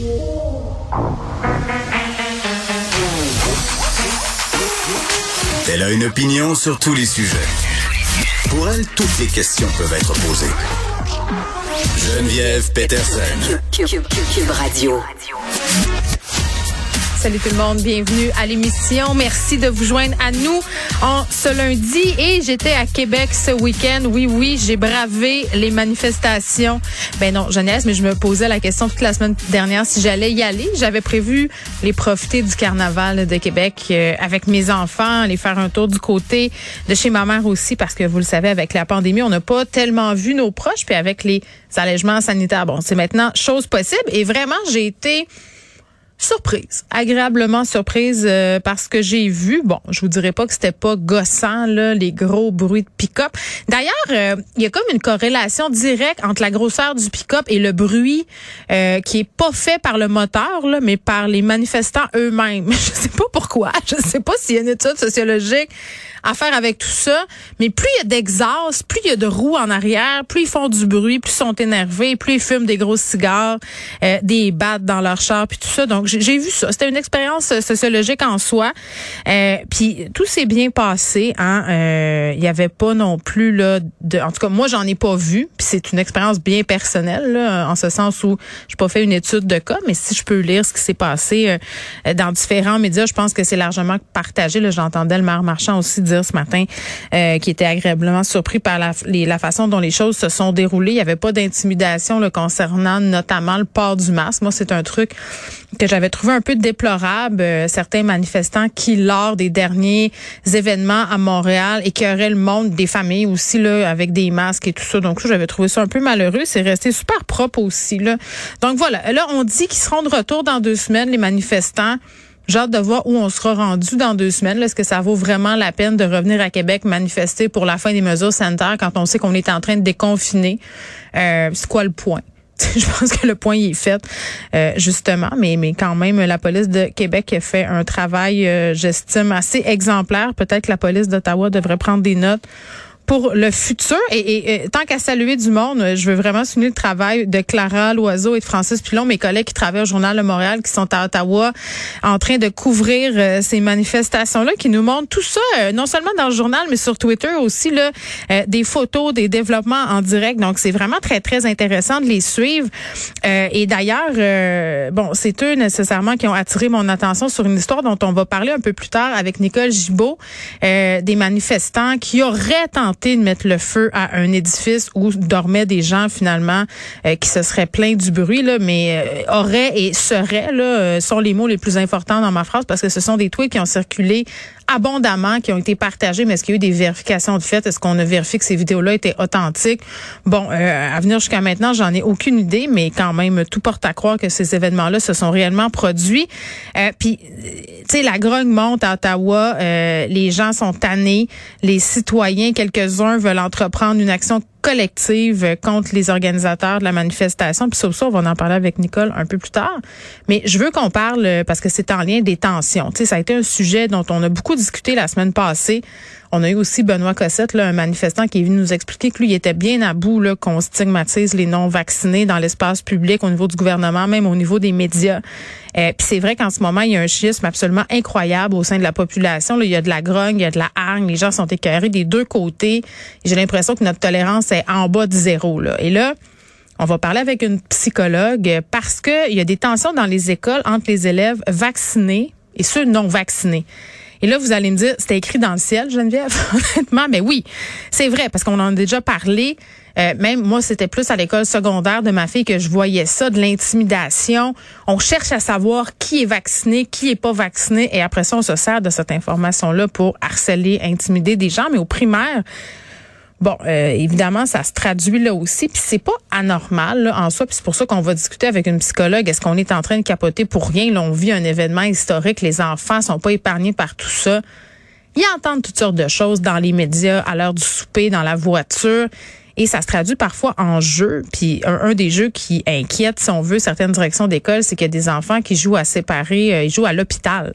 Elle a une opinion sur tous les sujets. Pour elle, toutes les questions peuvent être posées. Geneviève Peterson. Cube Radio. Salut tout le monde, bienvenue à l'émission. Merci de vous joindre à nous en ce lundi. Et j'étais à Québec ce week-end. Oui, j'ai bravé les manifestations. Ben non, jeunesse, mais je me posais la question toute la semaine dernière si j'allais y aller. J'avais prévu les profiter du carnaval de Québec avec mes enfants, aller faire un tour du côté de chez ma mère aussi, parce que vous le savez, avec la pandémie, on n'a pas tellement vu nos proches. Puis avec les allègements sanitaires, bon, c'est maintenant chose possible. Et vraiment, j'ai été surprise, agréablement surprise parce que j'ai vu, bon, je vous dirais pas que c'était pas gossant, là, les gros bruits de pick-up. D'ailleurs, il y a comme une corrélation directe entre la grosseur du pick-up et le bruit qui est pas fait par le moteur, là, mais par les manifestants eux-mêmes. Je sais pas pourquoi, je sais pas s'il y a une étude sociologique à faire avec tout ça, mais plus il y a d'exhaust, plus il y a de roues en arrière, plus ils font du bruit, plus ils sont énervés, plus ils fument des gros cigares, des battes dans leur char, puis tout ça. Donc, j'ai vu ça. C'était une expérience sociologique en soi. Puis tout s'est bien passé. Il y avait pas non plus, là, en tout cas, moi, j'en ai pas vu. Puis c'est une expérience bien personnelle, là, en ce sens où j'ai pas fait une étude de cas, mais si je peux lire ce qui s'est passé dans différents médias, je pense que c'est largement partagé. Là, j'entendais le maire Marchand aussi dire ce matin qui était agréablement surpris par la façon dont les choses se sont déroulées. Il n'y avait pas d'intimidation là, concernant notamment le port du masque. Moi, c'est un truc que j'avais trouvé un peu déplorable. Certains manifestants qui, lors des derniers événements à Montréal, écœuraient le monde, des familles aussi, là, avec des masques et tout ça. Donc, j'avais trouvé ça un peu malheureux. C'est resté super propre aussi, là. Donc, voilà. Là, on dit qu'ils seront de retour dans 2 semaines, les manifestants. J'ai hâte de voir où on sera rendu dans 2 semaines. Là, est-ce que ça vaut vraiment la peine de revenir à Québec manifester pour la fin des mesures sanitaires quand on sait qu'on est en train de déconfiner? C'est quoi le point? Je pense que le point il est fait, justement, mais quand même, la police de Québec a fait un travail, j'estime, assez exemplaire. Peut-être que la police d'Ottawa devrait prendre des notes pour le futur. Et tant qu'à saluer du monde, je veux vraiment souligner le travail de Clara Loiseau et de Francis Pilon, mes collègues qui travaillent au Journal de Montréal, qui sont à Ottawa, en train de couvrir ces manifestations-là, qui nous montrent tout ça, non seulement dans le journal, mais sur Twitter aussi, là, des photos, des développements en direct. Donc, c'est vraiment très, très intéressant de les suivre. Et d'ailleurs, bon, c'est eux nécessairement qui ont attiré mon attention sur une histoire dont on va parler un peu plus tard avec Nicole Gibault, des manifestants qui auraient tenté de mettre le feu à un édifice où dormaient des gens finalement qui se seraient plaints du bruit, là, mais auraient et seraient là, sont les mots les plus importants dans ma phrase parce que ce sont des tweets qui ont circulé abondamment, qui ont été partagés, mais est-ce qu'il y a eu des vérifications de fait? Est-ce qu'on a vérifié que ces vidéos-là étaient authentiques? Bon, à venir jusqu'à maintenant, j'en ai aucune idée, mais quand même, tout porte à croire que ces événements-là se sont réellement produits. Puis, tu sais, la grogne monte à Ottawa, les gens sont tannés, les citoyens, quelques-uns veulent entreprendre une action collective contre les organisateurs de la manifestation. Puis sur ça, on va en parler avec Nicole un peu plus tard. Mais je veux qu'on parle, parce que c'est en lien des tensions. Tu sais, ça a été un sujet dont on a beaucoup discuté la semaine passée. On a eu aussi Benoît Cossette, là, un manifestant qui est venu nous expliquer que lui, il était bien à bout là, qu'on stigmatise les non-vaccinés dans l'espace public, au niveau du gouvernement, même au niveau des médias. Puis c'est vrai qu'en ce moment, il y a un schisme absolument incroyable au sein de la population. Là, il y a de la grogne, il y a de la hargne, les gens sont écœurés des deux côtés. J'ai l'impression que notre tolérance est en bas de 0. Là. Et là, on va parler avec une psychologue parce que il y a des tensions dans les écoles entre les élèves vaccinés et ceux non vaccinés. Et là, vous allez me dire, c'était écrit dans le ciel, Geneviève? Honnêtement, mais oui, c'est vrai, parce qu'on en a déjà parlé. Même moi, c'était plus à l'école secondaire de ma fille que je voyais ça, de l'intimidation. On cherche à savoir qui est vacciné, qui est pas vacciné, et après ça, on se sert de cette information-là pour harceler, intimider des gens. Mais au primaire, bon, évidemment, ça se traduit là aussi, puis c'est pas anormal là, en soi, puis c'est pour ça qu'on va discuter avec une psychologue. Est-ce qu'on est en train de capoter pour rien? Là, on vit un événement historique, les enfants sont pas épargnés par tout ça. Ils entendent toutes sortes de choses dans les médias, à l'heure du souper, dans la voiture, et ça se traduit parfois en jeu. Puis un des jeux qui inquiète, si on veut, certaines directions d'école, c'est qu'il y a des enfants qui jouent à séparer, ils jouent à l'hôpital.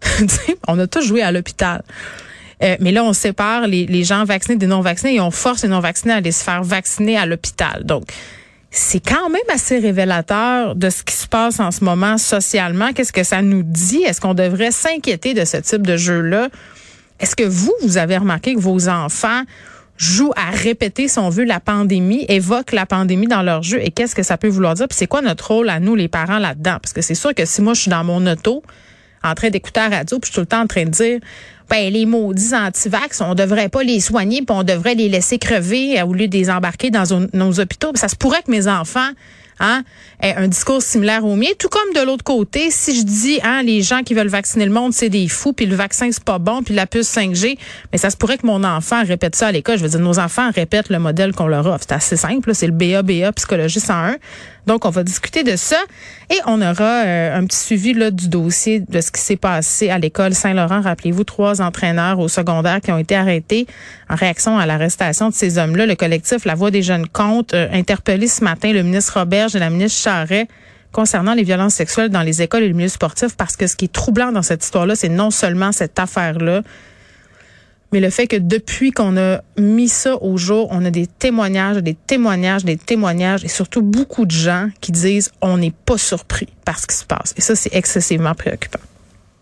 On a tous joué à l'hôpital. Mais là, on sépare les gens vaccinés des non-vaccinés et on force les non-vaccinés à aller se faire vacciner à l'hôpital. Donc, c'est quand même assez révélateur de ce qui se passe en ce moment socialement. Qu'est-ce que ça nous dit? Est-ce qu'on devrait s'inquiéter de ce type de jeu-là? Est-ce que vous avez remarqué que vos enfants jouent à répéter, si on veut, la pandémie, évoquent la pandémie dans leur jeu, et qu'est-ce que ça peut vouloir dire? Puis c'est quoi notre rôle à nous, les parents, là-dedans? Parce que c'est sûr que si moi, je suis dans mon auto, en train d'écouter la radio, puis je suis tout le temps en train de dire, les maudits anti-vax, on devrait pas les soigner, puis on devrait les laisser crever au lieu de les embarquer dans nos hôpitaux. Puis ça se pourrait que mes enfants aient un discours similaire au mien. Tout comme de l'autre côté, si je dis, les gens qui veulent vacciner le monde, c'est des fous, puis le vaccin, c'est pas bon, puis la puce 5G, mais ça se pourrait que mon enfant répète ça à l'école. Je veux dire, nos enfants répètent le modèle qu'on leur offre. C'est assez simple, là, c'est le BA Psychologie 101. Donc, on va discuter de ça et on aura un petit suivi là, du dossier de ce qui s'est passé à l'école Saint-Laurent. Rappelez-vous, 3 entraîneurs au secondaire qui ont été arrêtés en réaction à l'arrestation de ces hommes-là. Le collectif La Voix des jeunes compte interpellé ce matin le ministre Roberge et la ministre Charest concernant les violences sexuelles dans les écoles et le milieu sportif, parce que ce qui est troublant dans cette histoire-là, c'est non seulement cette affaire-là, mais le fait que depuis qu'on a mis ça au jour, on a des témoignages et surtout beaucoup de gens qui disent on n'est pas surpris par ce qui se passe. Et ça, c'est excessivement préoccupant.